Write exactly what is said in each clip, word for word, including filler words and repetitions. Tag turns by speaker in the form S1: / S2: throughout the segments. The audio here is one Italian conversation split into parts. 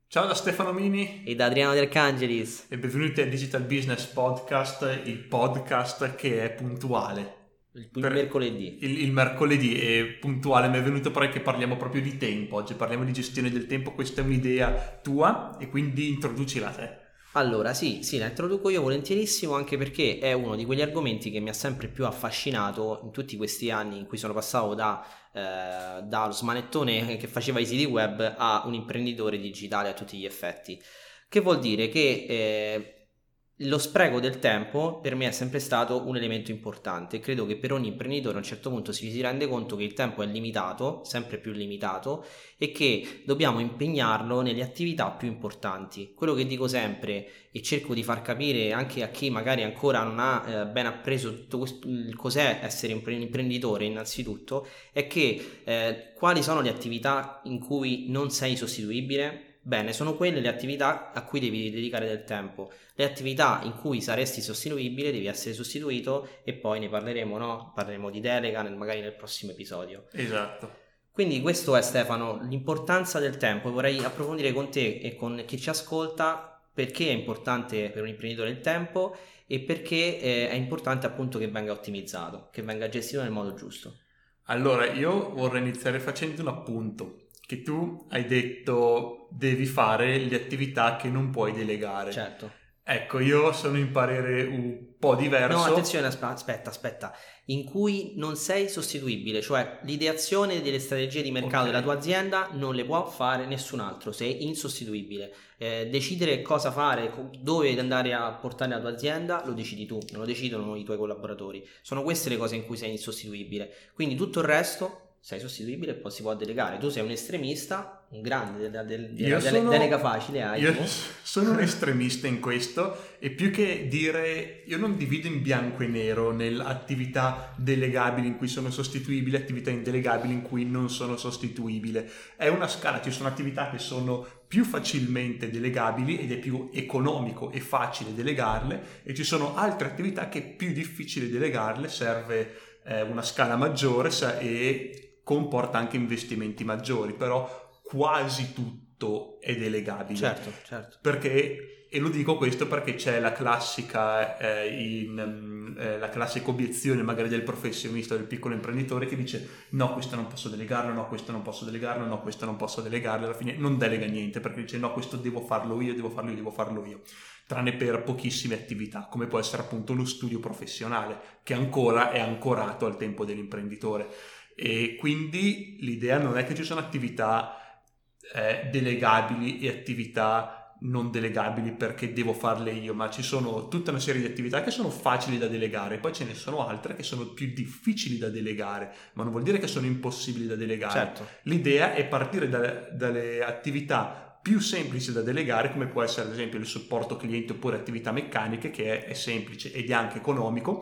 S1: Ciao da Stefano Mini
S2: e da Adriano De Arcangelis
S1: e benvenuti al Digital Business Podcast, il podcast che è puntuale.
S2: Il, il mercoledì.
S1: Il, il mercoledì è puntuale, mi è venuto poi che parliamo proprio di tempo. Oggi parliamo di gestione del tempo, questa è un'idea tua e quindi introducila te.
S2: Allora sì, sì, la introduco io volentierissimo, anche perché è uno di quegli argomenti che mi ha sempre più affascinato in tutti questi anni in cui sono passato da eh, dallo smanettone che faceva i siti web a un imprenditore digitale a tutti gli effetti. Che vuol dire che eh, lo spreco del tempo per me è sempre stato un elemento importante. Credo che per ogni imprenditore a un certo punto si, si rende conto che il tempo è limitato, sempre più limitato, e che dobbiamo impegnarlo nelle attività più importanti. Quello che dico sempre e cerco di far capire anche a chi magari ancora non ha eh, ben appreso tutto questo, il cos'è essere un imprenditore innanzitutto, è che eh, quali sono le attività in cui non sei sostituibile? Bene, sono quelle le attività a cui devi dedicare del tempo. Le attività in cui saresti sostituibile devi essere sostituito, e poi ne parleremo, no? Parleremo di delega nel, magari nel prossimo episodio.
S1: Esatto.
S2: Quindi questo è, Stefano, l'importanza del tempo. Vorrei approfondire con te e con chi ci ascolta perché è importante per un imprenditore il tempo e perché eh, è importante appunto che venga ottimizzato, che venga gestito nel modo giusto.
S1: Allora, io vorrei iniziare facendo un appunto. Che tu hai detto devi fare le attività che non puoi delegare.
S2: Certo.
S1: Ecco, io sono in parere un po' diverso.
S2: No, attenzione, aspetta, aspetta. In cui non sei sostituibile, cioè l'ideazione delle strategie di mercato okay. della tua azienda non le può fare nessun altro, sei insostituibile. Eh, decidere cosa fare, dove andare a portare la tua azienda, lo decidi tu, non lo decidono i tuoi collaboratori. Sono queste le cose in cui sei insostituibile. Quindi tutto il resto sei sostituibile e poi si può delegare. Tu sei un estremista, un grande della de- de- de- sono, delega facile hai
S1: io
S2: tu.
S1: sono un estremista in questo, e più che dire, io non divido in bianco e nero nell'attività delegabili in cui sono sostituibile, attività indelegabili in cui non sono sostituibile. È una scala, ci sono attività che sono più facilmente delegabili ed è più economico e facile delegarle, e ci sono altre attività che è più difficile delegarle, serve eh, una scala maggiore e comporta anche investimenti maggiori, però quasi tutto è delegabile.
S2: Certo, certo.
S1: Perché, e lo dico questo perché c'è la classica eh, in, eh, la classica obiezione magari del professionista, del piccolo imprenditore, che dice no, questo non posso delegarlo, no, questo non posso delegarlo, no, questo non posso delegarlo, alla fine non delega niente perché dice no, questo devo farlo io, devo farlo io, devo farlo io, tranne per pochissime attività, come può essere appunto lo studio professionale, che ancora è ancorato al tempo dell'imprenditore. E quindi l'idea non è che ci sono attività eh, delegabili e attività non delegabili perché devo farle io, ma ci sono tutta una serie di attività che sono facili da delegare, poi ce ne sono altre che sono più difficili da delegare, ma non vuol dire che sono impossibili da delegare.
S2: Certo.
S1: L'idea è partire da, dalle attività più semplici da delegare, come può essere ad esempio il supporto cliente oppure attività meccaniche, che è, è semplice ed è anche economico,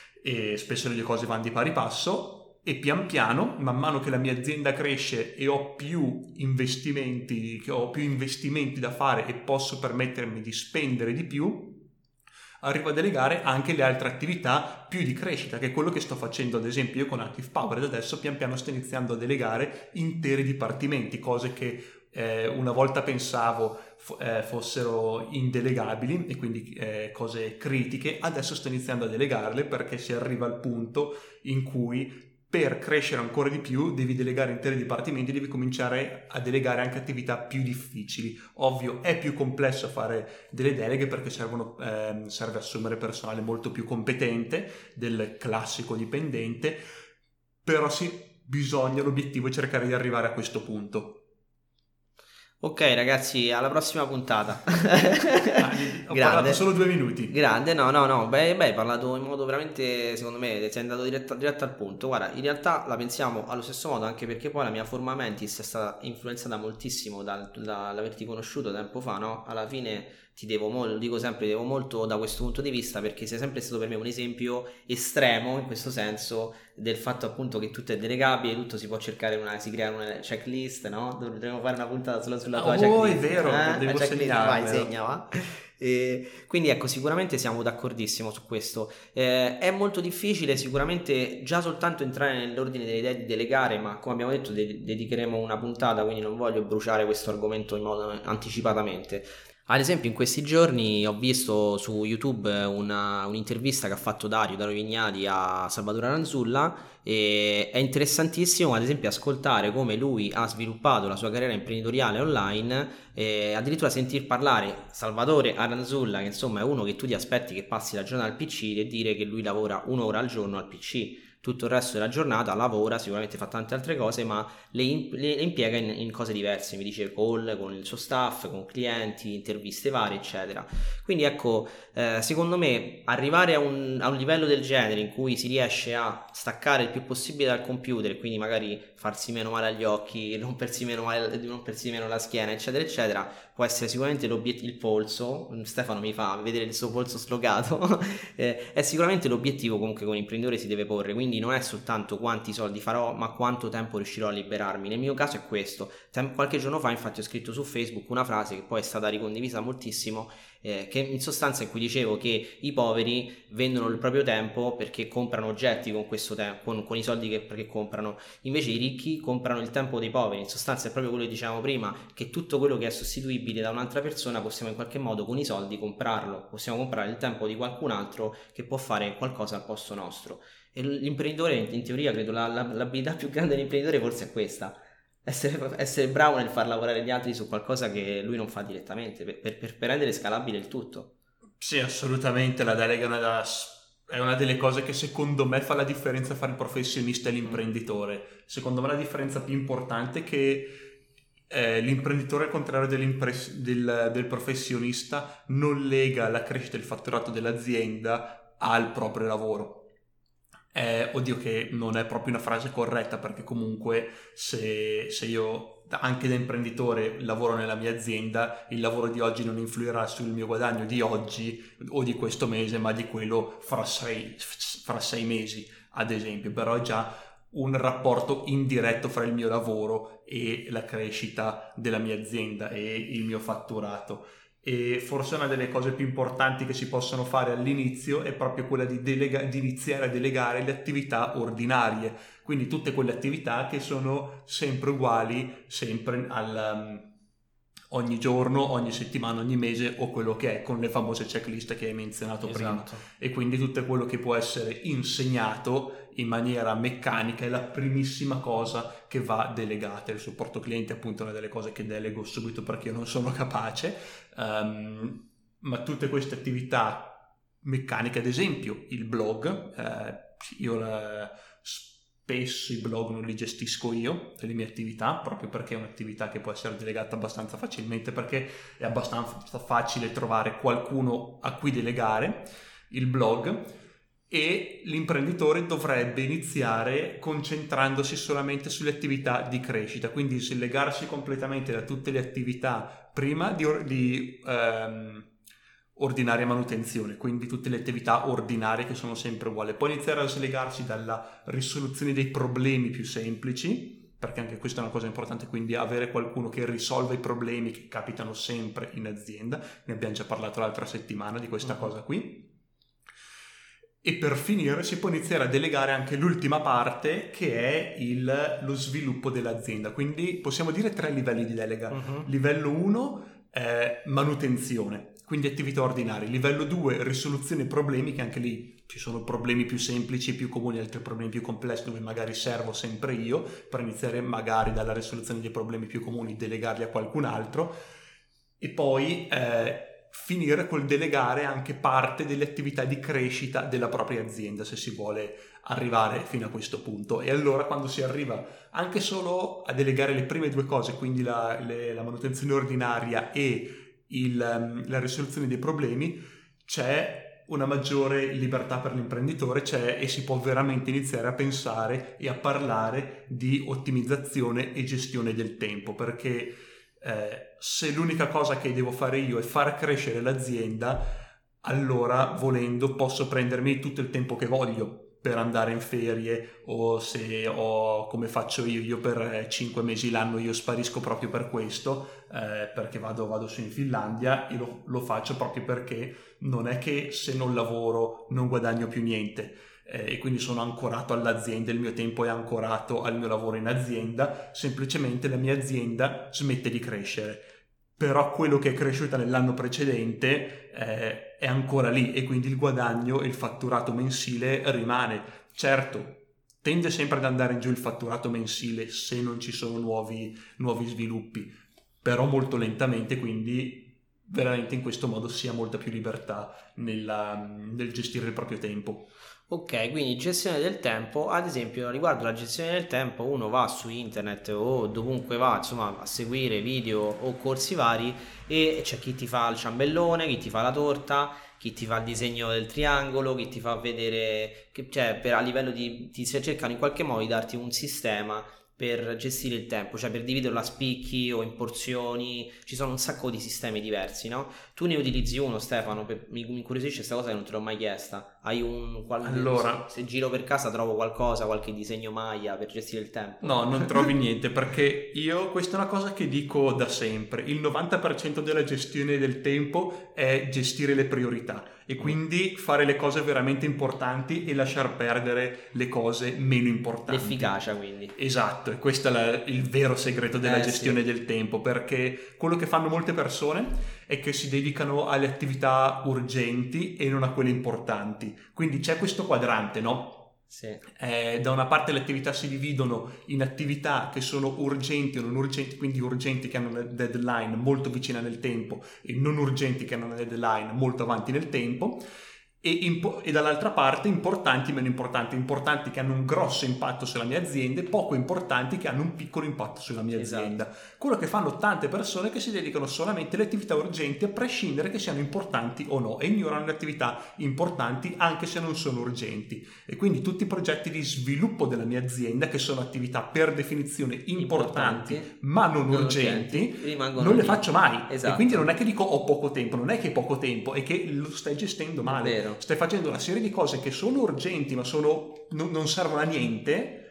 S1: e spesso le cose vanno di pari passo. E pian piano, man mano che la mia azienda cresce e ho più investimenti, che ho più investimenti da fare e posso permettermi di spendere di più, arrivo a delegare anche le altre attività più di crescita, che è quello che sto facendo ad esempio io con Active Power, ed adesso pian piano sto iniziando a delegare interi dipartimenti, cose che eh, una volta pensavo f- eh, fossero indelegabili e quindi eh, cose critiche, adesso sto iniziando a delegarle perché si arriva al punto in cui per crescere ancora di più devi delegare interi dipartimenti, devi cominciare a delegare anche attività più difficili. Ovvio, è più complesso fare delle deleghe perché servono, eh, serve assumere personale molto più competente del classico dipendente, però sì, bisogna, l'obiettivo è cercare di arrivare a questo punto.
S2: Ok ragazzi, alla prossima puntata.
S1: ah, ho
S2: Grande.
S1: parlato solo due minuti.
S2: Grande, no no no, beh, beh, hai parlato in modo veramente, secondo me, sei andato diretto, diretto al punto. Guarda, in realtà la pensiamo allo stesso modo, anche perché poi la mia forma mentis è stata influenzata moltissimo dal, dall'averti conosciuto tempo fa, no? Alla fine ti devo molto, lo dico sempre, devo molto da questo punto di vista, perché sei sempre stato per me un esempio estremo in questo senso, del fatto appunto che tutto è delegabile, tutto si può cercare, una, si crea una checklist, no? Dovremmo fare una puntata solo sulla tua
S1: oh,
S2: checklist.
S1: è vero,
S2: eh?
S1: devo
S2: segnare. Vai, segna, va. E quindi ecco, sicuramente siamo d'accordissimo su questo. Eh, è molto difficile sicuramente già soltanto entrare nell'ordine delle idee di delegare, ma come abbiamo detto de- dedicheremo una puntata, quindi non voglio bruciare questo argomento in modo anticipatamente. Ad esempio in questi giorni ho visto su YouTube una, un'intervista che ha fatto Dario, Dario Vignali a Salvatore Aranzulla, e è interessantissimo ad esempio ascoltare come lui ha sviluppato la sua carriera imprenditoriale online, e addirittura sentir parlare Salvatore Aranzulla, che insomma è uno che tu ti aspetti che passi la giornata al P C, e dire che lui lavora un'ora al giorno al P C. Tutto il resto della giornata lavora, sicuramente fa tante altre cose, ma le, imp- le impiega in, in cose diverse, mi dice call con il suo staff, con clienti, interviste varie, eccetera. Quindi ecco, eh, secondo me arrivare a un, a un livello del genere in cui si riesce a staccare il più possibile dal computer e quindi magari farsi meno male agli occhi, rompersi meno, male, rompersi meno la schiena, eccetera, eccetera, può essere sicuramente l'obiettivo, il polso. Stefano mi fa vedere il suo polso slogato. eh, è sicuramente l'obiettivo comunque che un imprenditore si deve porre, quindi non è soltanto quanti soldi farò, ma quanto tempo riuscirò a liberarmi. Nel mio caso è questo. Tem- qualche giorno fa infatti ho scritto su Facebook una frase che poi è stata ricondivisa moltissimo, eh, che in sostanza in cui dicevo che i poveri vendono il proprio tempo perché comprano oggetti con questo tempo, con, con i soldi che, che comprano, invece i ricchi comprano il tempo dei poveri. In sostanza è proprio quello che dicevamo prima, che tutto quello che è sostituibile da un'altra persona possiamo in qualche modo con i soldi comprarlo, possiamo comprare il tempo di qualcun altro che può fare qualcosa al posto nostro. E l'imprenditore, in teoria, credo la, la, l'abilità più grande dell'imprenditore forse è questa: essere, essere bravo nel far lavorare gli altri su qualcosa che lui non fa direttamente, per, per, per rendere scalabile il tutto.
S1: Sì, assolutamente, la delega è una, da- è una delle cose che secondo me fa la differenza fra il professionista e l'imprenditore. Secondo me la differenza più importante è che eh, l'imprenditore, al contrario del, del professionista, non lega la crescita del fatturato dell'azienda al proprio lavoro. Eh, oddio, che non è proprio una frase corretta, perché comunque se, se io anche da imprenditore lavoro nella mia azienda, il lavoro di oggi non influirà sul mio guadagno di oggi o di questo mese, ma di quello fra sei, fra sei mesi, ad esempio. Però è già un rapporto indiretto fra il mio lavoro e la crescita della mia azienda e il mio fatturato. E forse una delle cose più importanti che si possono fare all'inizio è proprio quella di, delega- di iniziare a delegare le attività ordinarie, quindi tutte quelle attività che sono sempre uguali, sempre al, um, ogni giorno, ogni settimana, ogni mese, o quello che è, con le famose checklist che hai menzionato prima.
S2: Esatto.
S1: E quindi tutto quello che può essere insegnato in maniera meccanica è la primissima cosa che va delegata. Il supporto cliente è appunto una delle cose che delego subito perché io non sono capace, um, ma tutte queste attività meccaniche, ad esempio il blog, eh, io la, spesso i blog non li gestisco io, le mie attività, proprio perché è un'attività che può essere delegata abbastanza facilmente, perché è abbastanza facile trovare qualcuno a cui delegare il blog. E l'imprenditore dovrebbe iniziare concentrandosi solamente sulle attività di crescita, quindi slegarsi completamente da tutte le attività prima di, di ehm, ordinaria manutenzione, quindi tutte le attività ordinarie che sono sempre uguali. Poi iniziare a slegarsi dalla risoluzione dei problemi più semplici, perché anche questa è una cosa importante, quindi avere qualcuno che risolva i problemi che capitano sempre in azienda. Ne abbiamo già parlato l'altra settimana di questa uh-huh. cosa qui. E per finire si può iniziare a delegare anche l'ultima parte, che è il, lo sviluppo dell'azienda. Quindi possiamo dire tre livelli di delega. Uh-huh. Livello uno è manutenzione, quindi attività ordinarie. Livello due, risoluzione problemi, che anche lì ci sono problemi più semplici, più comuni, altri problemi più complessi dove magari servo sempre io, per iniziare magari dalla risoluzione dei problemi più comuni, delegarli a qualcun altro. E poi eh, finire col delegare anche parte delle attività di crescita della propria azienda, se si vuole arrivare fino a questo punto. E allora, quando si arriva anche solo a delegare le prime due cose, quindi la, le, la manutenzione ordinaria e il, la risoluzione dei problemi, c'è una maggiore libertà per l'imprenditore, c'è, e si può veramente iniziare a pensare e a parlare di ottimizzazione e gestione del tempo, perché Eh, se l'unica cosa che devo fare io è far crescere l'azienda, allora volendo posso prendermi tutto il tempo che voglio, per andare in ferie, o se ho, come faccio io, io per cinque mesi l'anno io sparisco proprio per questo, eh, perché vado, vado su in Finlandia, e lo, lo faccio proprio perché non è che se non lavoro non guadagno più niente, eh, e quindi sono ancorato all'azienda, il mio tempo è ancorato al mio lavoro in azienda, semplicemente la mia azienda smette di crescere, però quello che è cresciuta nell'anno precedente eh, è ancora lì, e quindi il guadagno e il fatturato mensile rimane. Certo, tende sempre ad andare in giù il fatturato mensile se non ci sono nuovi, nuovi sviluppi, però molto lentamente, quindi veramente in questo modo si ha molta più libertà nella, nel gestire il proprio tempo.
S2: Ok, quindi gestione del tempo, ad esempio riguardo la gestione del tempo, uno va su internet o dovunque va, insomma, a seguire video o corsi vari, e c'è chi ti fa il ciambellone, chi ti fa la torta, chi ti fa il disegno del triangolo, chi ti fa vedere, che, cioè per, a livello di, ti cercano in qualche modo di darti un sistema per gestire il tempo, cioè per dividerlo a spicchi o in porzioni. Ci sono un sacco di sistemi diversi, no? Tu ne utilizzi uno, Stefano? Per, mi, mi incuriosisce questa cosa che non te l'ho mai chiesta. Hai un qual,
S1: allora,
S2: se, se giro per casa trovo qualcosa, qualche disegno Maya per gestire il tempo?
S1: No, non trovi niente, perché io, questa è una cosa che dico da sempre, il novanta per cento della gestione del tempo è gestire le priorità, e quindi fare le cose veramente importanti e lasciar perdere le cose meno importanti.
S2: L'efficacia, quindi.
S1: Esatto, e questo è la, il vero segreto della
S2: eh,
S1: gestione
S2: sì.
S1: del tempo, perché quello che fanno molte persone è che si dedicano alle attività urgenti e non a quelle importanti. Quindi c'è questo quadrante, no?
S2: Sì.
S1: Eh, da una parte le attività si dividono in attività che sono urgenti o non urgenti, quindi urgenti che hanno una deadline molto vicina nel tempo, e non urgenti che hanno una deadline molto avanti nel tempo, e, impo- e dall'altra parte importanti e meno importanti, importanti che hanno un grosso impatto sulla mia azienda, e poco importanti che hanno un piccolo impatto sulla mia
S2: Esatto.
S1: azienda. Quello che fanno tante persone, che si dedicano solamente alle attività urgenti, a prescindere che siano importanti o no, e ignorano le attività importanti anche se non sono urgenti. E quindi tutti i progetti di sviluppo della mia azienda, che sono attività per definizione importanti, importanti ma non, non urgenti, urgenti non le lì. faccio mai. Esatto. E quindi non è che dico ho poco tempo, non è che hai poco tempo, è che lo stai gestendo male.
S2: Vero.
S1: Stai facendo una serie di cose che sono urgenti ma sono, non, non servono a niente,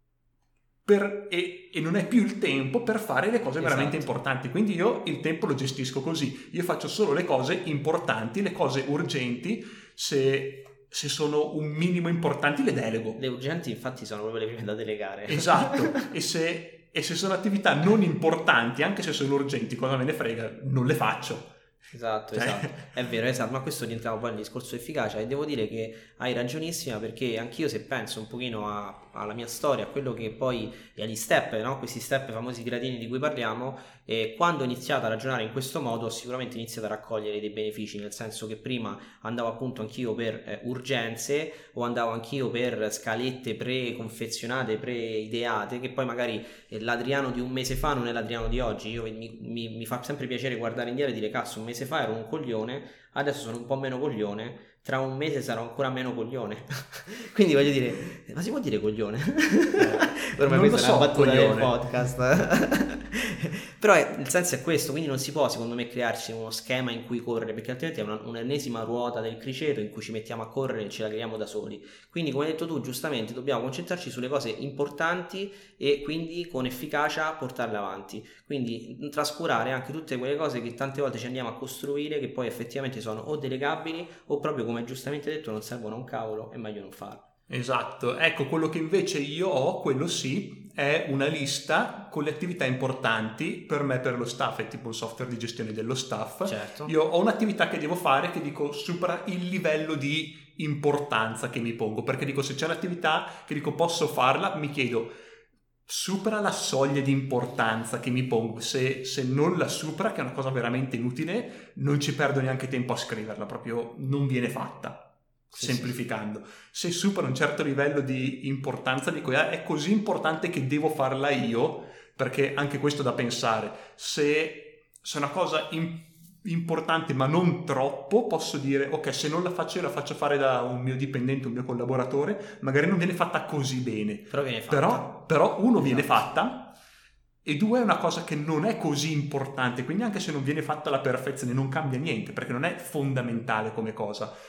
S1: per, e, e non è più il tempo per fare le cose veramente esatto. importanti. Quindi io il tempo lo gestisco così, io faccio solo le cose importanti, le cose urgenti, se... se sono un minimo importanti le delego.
S2: Le urgenti infatti sono proprio le prime da delegare.
S1: Esatto, e se, e se sono attività non importanti, anche se sono urgenti, cosa me ne frega, non le faccio.
S2: Esatto, cioè... esatto, è vero, esatto, ma questo rientriamo poi nel discorso efficacia, e devo dire che hai ragionissima, perché anch'io, se penso un pochino a, alla mia storia, a quello che poi e agli step, no? Questi step famosi gradini di cui parliamo, e quando ho iniziato a ragionare in questo modo ho sicuramente iniziato a raccogliere dei benefici, nel senso che prima andavo appunto anch'io per eh, urgenze, o andavo anch'io per scalette pre-confezionate, pre-ideate, che poi magari eh, l'Adriano di un mese fa non è l'Adriano di oggi. Io mi, mi, mi fa sempre piacere guardare indietro e dire cazzo, un mese fa ero un coglione, adesso sono un po' meno coglione, tra un mese sarò ancora meno coglione. Quindi voglio dire, ma si può dire coglione?
S1: Eh, ormai questa so, è una battuta del
S2: podcast. Però è, il senso è questo, quindi non si può secondo me crearci uno schema in cui correre, perché altrimenti è una, un'ennesima ruota del criceto in cui ci mettiamo a correre e ce la creiamo da soli. Quindi, come hai detto tu giustamente, dobbiamo concentrarci sulle cose importanti e quindi con efficacia portarle avanti, quindi trascurare anche tutte quelle cose che tante volte ci andiamo a costruire, che poi effettivamente sono o delegabili o proprio, come giustamente detto, non servono a un cavolo, è meglio non farlo.
S1: Esatto, ecco, quello che invece io ho, quello sì, è una lista con le attività importanti per me, per lo staff, è tipo il software di gestione dello staff.
S2: Certo.
S1: Io ho un'attività che devo fare che dico supera il livello di importanza che mi pongo, perché dico se c'è un'attività che dico posso farla, mi chiedo supera la soglia di importanza che mi pongo, se, se non la supera, che è una cosa veramente inutile, non ci perdo neanche tempo a scriverla, proprio non viene fatta. Sì, semplificando, sì. Se supera un certo livello di importanza, dico ah, è così importante che devo farla io, perché anche questo da pensare, se, se è una cosa in, importante ma non troppo, posso dire ok, se non la faccio io la faccio fare da un mio dipendente, un mio collaboratore, magari non viene fatta così bene,
S2: però viene fatta,
S1: però, però uno esatto. viene fatta, e due è una cosa che non è così importante, quindi anche se non viene fatta alla perfezione non cambia niente, perché non è fondamentale come cosa.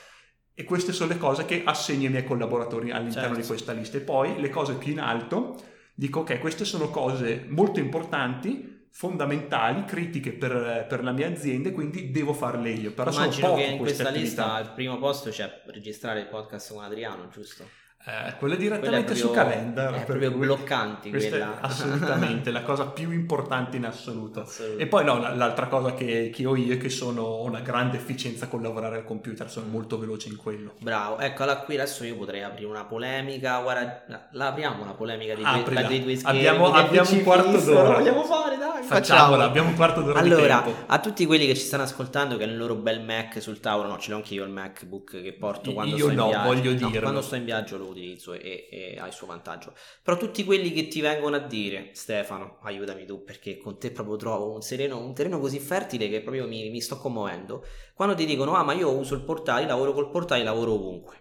S1: E queste sono le cose che assegno ai miei collaboratori all'interno
S2: Certo.
S1: di questa lista. E poi le cose più in alto, dico ok, queste sono cose molto importanti, fondamentali, critiche per, per la mia azienda, e quindi devo farle io. Però sono
S2: Immagino
S1: poche
S2: che in
S1: queste
S2: questa
S1: attività.
S2: lista al primo posto c'è registrare il podcast con Adriano, giusto?
S1: Eh, quella direttamente
S2: Quella è proprio-
S1: su Calendar,
S2: è
S1: per
S2: proprio
S1: cui
S2: bloccanti
S1: questa
S2: quella.
S1: è assolutamente la cosa più importante in assoluto.
S2: Assolutamente.
S1: E poi no, l- l'altra cosa che, che ho io è che sono ho una grande efficienza con lavorare al computer, sono molto veloce in quello.
S2: Bravo, ecco, allora qui adesso io potrei aprire una polemica, guarda, la apriamo una polemica dei, due,
S1: Aprila.
S2: dei due schermi.
S1: Abbiamo-
S2: del
S1: abbiamo un
S2: P C
S1: quarto
S2: fisso,
S1: d'ora.
S2: Lo vogliamo fare, dai,
S1: Facciamola,
S2: facciamo.
S1: abbiamo un quarto d'ora
S2: Allora,
S1: di tempo.
S2: a tutti quelli che ci stanno ascoltando che hanno il loro bel Mac sul tavolo, no, ce l'ho anche io il MacBook che porto
S1: Io
S2: quando sto in
S1: no,
S2: viaggio.
S1: voglio
S2: No,
S1: dirlo.
S2: quando sto in viaggio lo utilizzo e, e ha il suo vantaggio. Però tutti quelli che ti vengono a dire, Stefano, aiutami tu, perché con te proprio trovo un sereno, un terreno così fertile che proprio mi, mi sto commuovendo. Quando ti dicono, ah, ma io uso il portale, lavoro col portale, lavoro ovunque.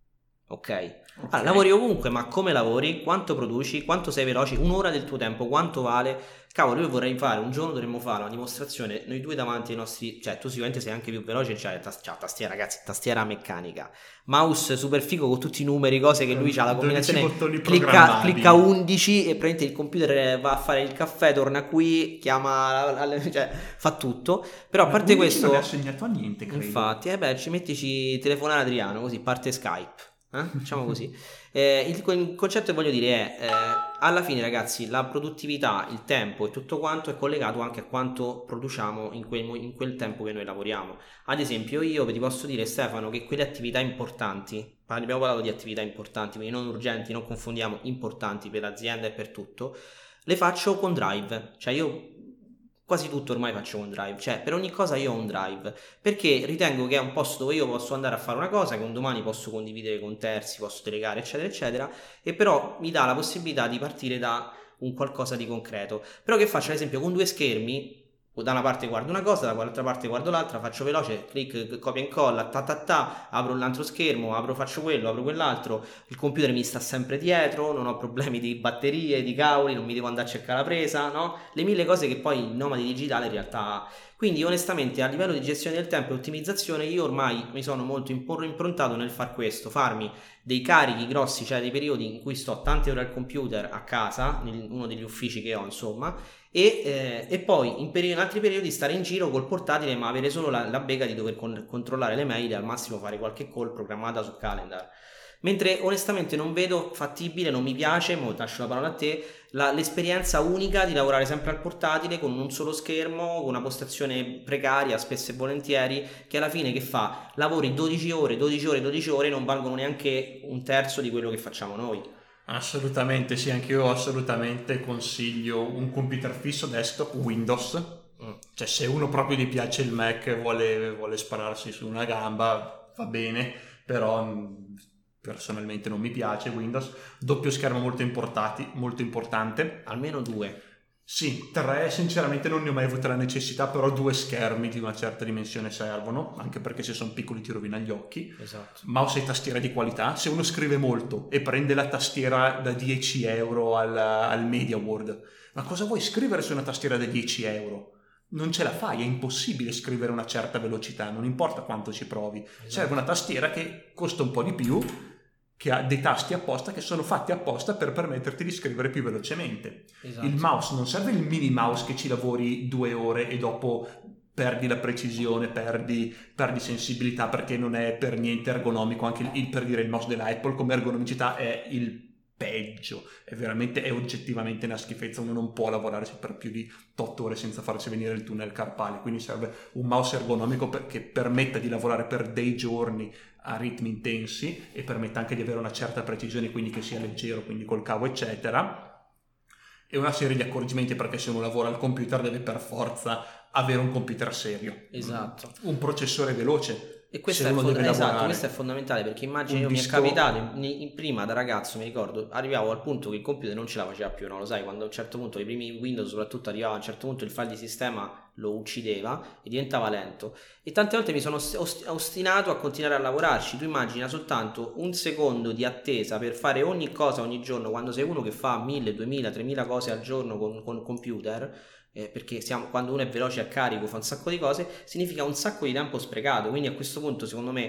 S2: Ok? Allora,
S1: Ok.
S2: lavori ovunque, ma come lavori? Quanto produci? Quanto sei veloce? Un'ora del tuo tempo, quanto vale? Cavolo, io vorrei fare, un giorno dovremmo fare una dimostrazione, noi due davanti ai nostri, cioè tu sicuramente sei anche più veloce, c'hai ta- c'ha tastiera, ragazzi, tastiera meccanica, mouse super figo con tutti i numeri, cose che lui ha la
S1: dodici
S2: combinazione,
S1: bottoni
S2: clicca,
S1: programmabili.
S2: clicca undici e praticamente il computer va a fare il caffè, torna qui, chiama, la- la- cioè fa tutto, però a
S1: Ma
S2: parte
S1: undici
S2: questo,
S1: non è assegnato a niente, credo.
S2: infatti, eh beh, ci mettici telefonare a Adriano, così parte Skype. Eh? Facciamo così. Eh, il, il concetto che voglio dire è, eh, alla fine ragazzi, la produttività, il tempo e tutto quanto è collegato anche a quanto produciamo in quel, mo- in quel tempo che noi lavoriamo. Ad esempio io vi posso dire, Stefano, che quelle attività importanti, abbiamo parlato di attività importanti, quindi non urgenti, non confondiamo, importanti per l'azienda e per tutto, le faccio con Drive. Cioè io quasi tutto ormai faccio con Drive, cioè per ogni cosa io ho un Drive, perché ritengo che è un posto dove io posso andare a fare una cosa che un domani posso condividere con terzi, posso delegare eccetera eccetera, e però mi dà la possibilità di partire da un qualcosa di concreto. Però che faccio ad esempio con due schermi, da una parte guardo una cosa, dall'altra parte guardo l'altra, faccio veloce, clic, copia e incolla, ta ta ta, apro l'altro schermo, apro, faccio quello, apro quell'altro, il computer mi sta sempre dietro, non ho problemi di batterie, di cavoli, non mi devo andare a cercare la presa, no? Le mille cose che poi il nomade digitale in realtà ha. Quindi onestamente a livello di gestione del tempo e ottimizzazione io ormai mi sono molto improntato nel far questo, farmi dei carichi grossi, cioè dei periodi in cui sto tante ore al computer a casa, in uno degli uffici che ho insomma, e, eh, e poi in, peri- in altri periodi stare in giro col portatile ma avere solo la, la bega di dover con- controllare le mail e al massimo fare qualche call programmata su Calendar. Mentre onestamente non vedo fattibile, non mi piace, mo lascio la parola a te, la- l'esperienza unica di lavorare sempre al portatile con un solo schermo, con una postazione precaria spesso e volentieri, che alla fine che fa? Lavori dodici ore, dodici ore, dodici ore, non valgono neanche un terzo di quello che facciamo noi.
S1: Assolutamente sì, anche io assolutamente consiglio un computer fisso desktop Windows.
S2: Mm.
S1: Cioè se uno proprio gli piace il Mac e vuole, vuole spararsi su una gamba va bene, però mh, personalmente non mi piace Windows. Doppio schermo molto, importati, molto importante.
S2: Almeno due.
S1: Sì, tre sinceramente non ne ho mai avuto la necessità, però due schermi di una certa dimensione servono, anche perché se sono piccoli ti rovina gli occhi.
S2: Esatto.
S1: Mouse e tastiera di qualità. Se uno scrive molto e prende la tastiera da dieci euro al, al Media World, ma cosa vuoi scrivere su una tastiera da dieci euro? Non ce la fai, è impossibile scrivere a una certa velocità, non importa quanto ci provi.
S2: Esatto.
S1: Serve una tastiera che costa un po' di più, che ha dei tasti apposta che sono fatti apposta per permetterti di scrivere più velocemente.
S2: Esatto.
S1: Il mouse non serve il mini mouse che ci lavori due ore e dopo perdi la precisione, perdi, perdi sensibilità perché non è per niente ergonomico. Anche il, il per dire il mouse della Apple come ergonomicità è il peggio, è veramente, è oggettivamente una schifezza. Uno non può lavorare per più di otto ore senza farsi venire il tunnel carpale, quindi serve un mouse ergonomico per, che permetta di lavorare per dei giorni a ritmi intensi e permetta anche di avere una certa precisione, quindi che sia leggero, quindi col cavo eccetera, e una serie di accorgimenti, perché se uno lavora al computer deve per forza avere un computer serio,
S2: Esatto.
S1: un processore veloce.
S2: E questo
S1: Se
S2: è,
S1: uno
S2: fond-
S1: deve
S2: esatto,
S1: lavorare.
S2: questo è fondamentale, perché immagino
S1: Un
S2: io mi è
S1: disco-
S2: capitato in- in- prima da ragazzo, mi ricordo, arrivavo al punto che il computer non ce la faceva più, no? Lo sai, quando a un certo punto i primi Windows soprattutto arrivava a un certo punto il file di sistema lo uccideva e diventava lento, e tante volte mi sono ost- ost- ostinato a continuare a lavorarci. Tu immagina soltanto un secondo di attesa per fare ogni cosa ogni giorno, quando sei uno che fa mille, duemila, tremila cose al giorno con, con computer. Eh, perché siamo, quando uno è veloce a carico fa un sacco di cose, significa un sacco di tempo sprecato. Quindi a questo punto secondo me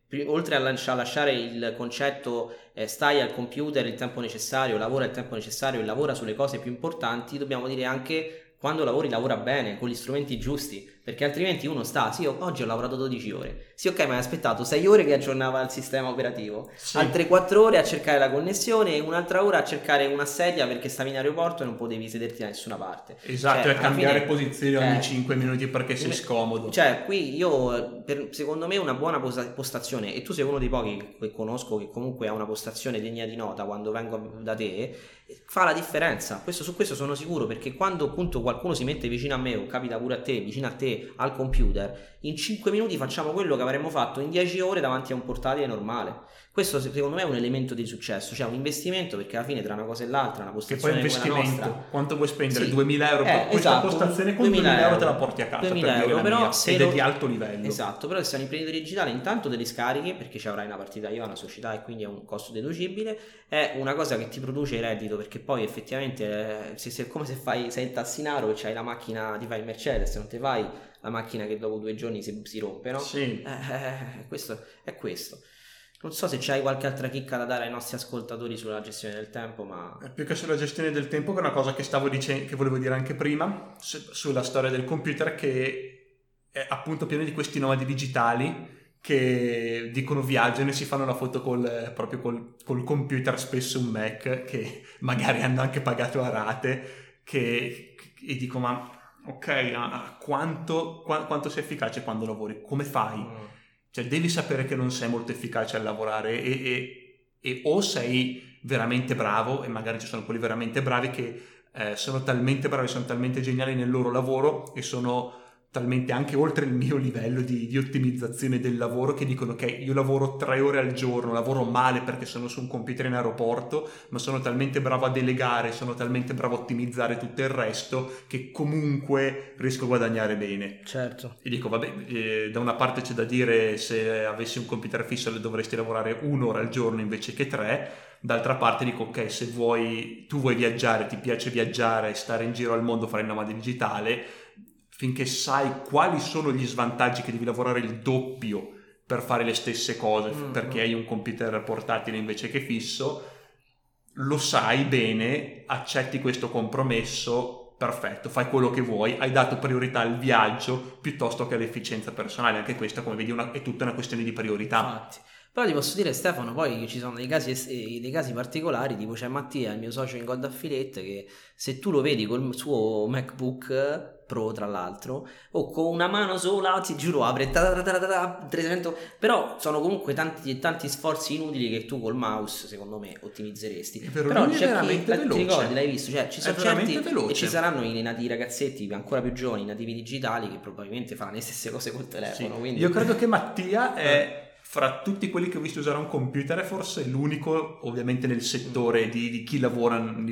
S2: oltre a lasciare il concetto eh, stai al computer il tempo necessario, lavora il tempo necessario e lavora sulle cose più importanti, dobbiamo dire anche quando lavori lavora bene, con gli strumenti giusti, perché altrimenti uno sta, sì, oggi ho lavorato dodici ore, sì, ok, ma hai aspettato sei ore che aggiornava il sistema operativo, sì. Altre quattro ore a cercare la connessione e un'altra ora a cercare una sedia perché stavi in aeroporto e non potevi sederti da nessuna parte.
S1: Esatto,
S2: cioè,
S1: a cambiare
S2: fine,
S1: posizione ogni eh, cinque minuti perché sei
S2: me,
S1: scomodo.
S2: Cioè, qui io, per, secondo me una buona postazione, e tu sei uno dei pochi che conosco che comunque ha una postazione degna di nota quando vengo da te, fa la differenza. Questo, su questo sono sicuro, perché quando appunto qualcuno si mette vicino a me, o capita pure a te, vicino a te al computer, in cinque minuti facciamo quello che avremmo fatto in dieci ore davanti a un portatile normale. Questo secondo me è un elemento di successo, cioè un investimento, perché alla fine tra una cosa e l'altra, una postazione
S1: che poi investimento,
S2: nostra,
S1: quanto vuoi spendere?
S2: sì,
S1: duemila euro per
S2: eh,
S1: questa
S2: esatto,
S1: postazione, con duemila euro te la porti a casa,
S2: duemila
S1: per
S2: euro, però
S1: mia,
S2: se
S1: ed
S2: lo...
S1: è di alto livello.
S2: Esatto, però se sei un imprenditore digitale, intanto te li scarichi perché ci avrai una partita I V A, una società, e quindi è un costo deducibile, è una cosa che ti produce reddito, perché poi effettivamente se, se, è come se fai, sei il tassinaro e c'hai la macchina, ti fai il Mercedes, non ti fai la macchina che dopo due giorni si, si rompe, no?
S1: Sì.
S2: Eh, questo è questo. Non so se c'hai qualche altra chicca da dare ai nostri ascoltatori sulla gestione del tempo, ma...
S1: Più che sulla gestione del tempo, che è una cosa che stavo dicendo, che volevo dire anche prima, su, sulla storia del computer, che è appunto pieno di questi nomadi digitali che dicono viaggiano e si fanno la foto col, proprio col, col computer, spesso un Mac, che magari hanno anche pagato a rate, che, e dico ma ok, a quanto, quanto sei efficace quando lavori? Come fai? Mm. Cioè devi sapere che non sei molto efficace a lavorare e, e, e o sei veramente bravo, e magari ci sono quelli veramente bravi che eh, sono talmente bravi, sono talmente geniali nel loro lavoro e sono talmente anche oltre il mio livello di, di ottimizzazione del lavoro, che dicono che io lavoro tre ore al giorno, lavoro male perché sono su un computer in aeroporto, ma sono talmente bravo a delegare, sono talmente bravo a ottimizzare tutto il resto che comunque riesco a guadagnare bene.
S2: Certo.
S1: E dico vabbè, eh, da una parte c'è da dire, se avessi un computer fisso dovresti lavorare un'ora al giorno invece che tre, d'altra parte dico ok, se vuoi, tu vuoi viaggiare, ti piace viaggiare, stare in giro al mondo, fare il nomade digitale, finché sai quali sono gli svantaggi che devi lavorare il doppio per fare le stesse cose, mm, perché mm. hai un computer portatile invece che fisso, lo sai bene, accetti questo compromesso, perfetto, fai quello che vuoi, hai dato priorità al viaggio piuttosto che all'efficienza personale. Anche questa, come vedi, una, è tutta una questione di priorità.
S2: Infatti. Però ti posso dire, Stefano, poi ci sono dei casi, dei casi particolari, tipo c'è Mattia, il mio socio in Gold Affiliate, che se tu lo vedi col suo MacBook Pro, tra l'altro, o con una mano sola, ti giuro, apre trecento, però sono comunque tanti tanti sforzi inutili che tu col mouse, secondo me, ottimizzeresti.
S1: Però,
S2: però
S1: c'è veramente
S2: chi,
S1: veloce.
S2: Ti ricordi, l'hai visto? Cioè, ci sono certi,
S1: veloce.
S2: E ci saranno i nati ragazzetti ancora più giovani, i nativi digitali, che probabilmente faranno le stesse cose col telefono.
S1: Sì.
S2: Quindi...
S1: Io credo che Mattia è... fra tutti quelli che ho visto usare un computer è forse l'unico, ovviamente nel settore di, di chi lavora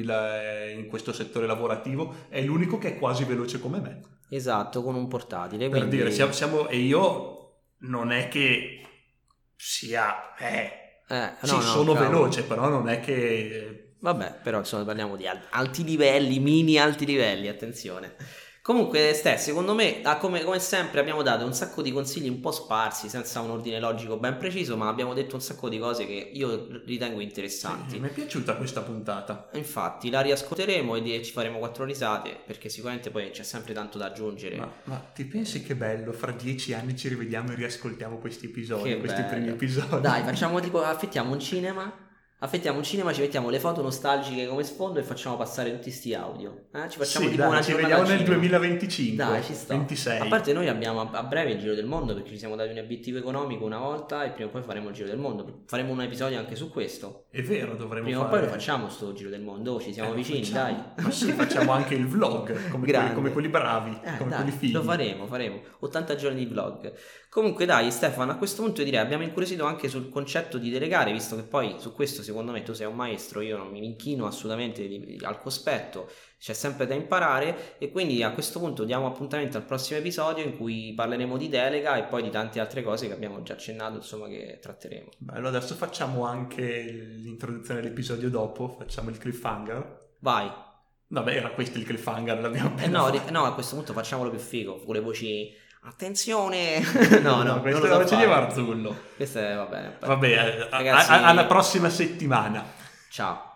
S1: in questo settore lavorativo, è l'unico che è quasi veloce come me.
S2: Esatto, con un portatile.
S1: Per
S2: quindi...
S1: dire, siamo, siamo, e io non è che sia... Eh,
S2: eh,
S1: sì,
S2: no, no,
S1: sono
S2: cavolo.
S1: veloce, però non è che...
S2: Vabbè, però insomma parliamo di alti livelli, mini alti livelli, attenzione. Comunque, Ste, secondo me, come, come sempre, abbiamo dato un sacco di consigli un po' sparsi, senza un ordine logico ben preciso, ma abbiamo detto un sacco di cose che io ritengo interessanti.
S1: Sì, mi è piaciuta questa puntata.
S2: Infatti, la riascolteremo e ci faremo quattro risate, perché sicuramente poi c'è sempre tanto da aggiungere.
S1: Ma, ma ti pensi che bello? Fra dieci anni ci rivediamo e riascoltiamo questi episodi, che questi bello. primi episodi.
S2: Dai, facciamo tipo, affittiamo un cinema... Affettiamo un cinema, ci mettiamo le foto nostalgiche come sfondo e facciamo passare tutti sti audio. Eh? Ci facciamo
S1: sì,
S2: tipo
S1: dai,
S2: una
S1: ci vediamo nel duemilaventicinque.
S2: Dai, ci sta.
S1: ventisei.
S2: A parte noi abbiamo a breve il giro del mondo, perché ci siamo dati un obiettivo economico una volta e prima o poi faremo il giro del mondo. Faremo un episodio anche su questo.
S1: È vero, dovremmo
S2: prima
S1: fare.
S2: o poi lo facciamo sto giro del mondo, oh, ci siamo eh, vicini,
S1: facciamo.
S2: dai.
S1: Ma sì, facciamo anche il vlog, come, quelli, come quelli bravi,
S2: eh,
S1: come
S2: dai,
S1: quelli fighi.
S2: Lo faremo, faremo. ottanta giorni di vlog. Comunque dai Stefano, a questo punto io direi abbiamo incuriosito anche sul concetto di delegare, visto che poi su questo secondo me tu sei un maestro, io non mi inchino assolutamente di, di, al cospetto, c'è sempre da imparare, e quindi a questo punto diamo appuntamento al prossimo episodio in cui parleremo di delega e poi di tante altre cose che abbiamo già accennato, insomma, che tratteremo.
S1: Bello, adesso facciamo anche l'introduzione dell'episodio dopo, facciamo il cliffhanger.
S2: Vai.
S1: Vabbè, era questo il cliffhanger, l'abbiamo appena
S2: eh no,
S1: fatto.
S2: no, a questo punto facciamolo più figo, con le voci Attenzione! no, no,
S1: no, questo
S2: non
S1: lo
S2: so
S1: faceva
S2: fare.
S1: Marzullo.
S2: Questo è, va bene.
S1: Vabbè,
S2: Ragazzi,
S1: alla prossima settimana.
S2: Ciao.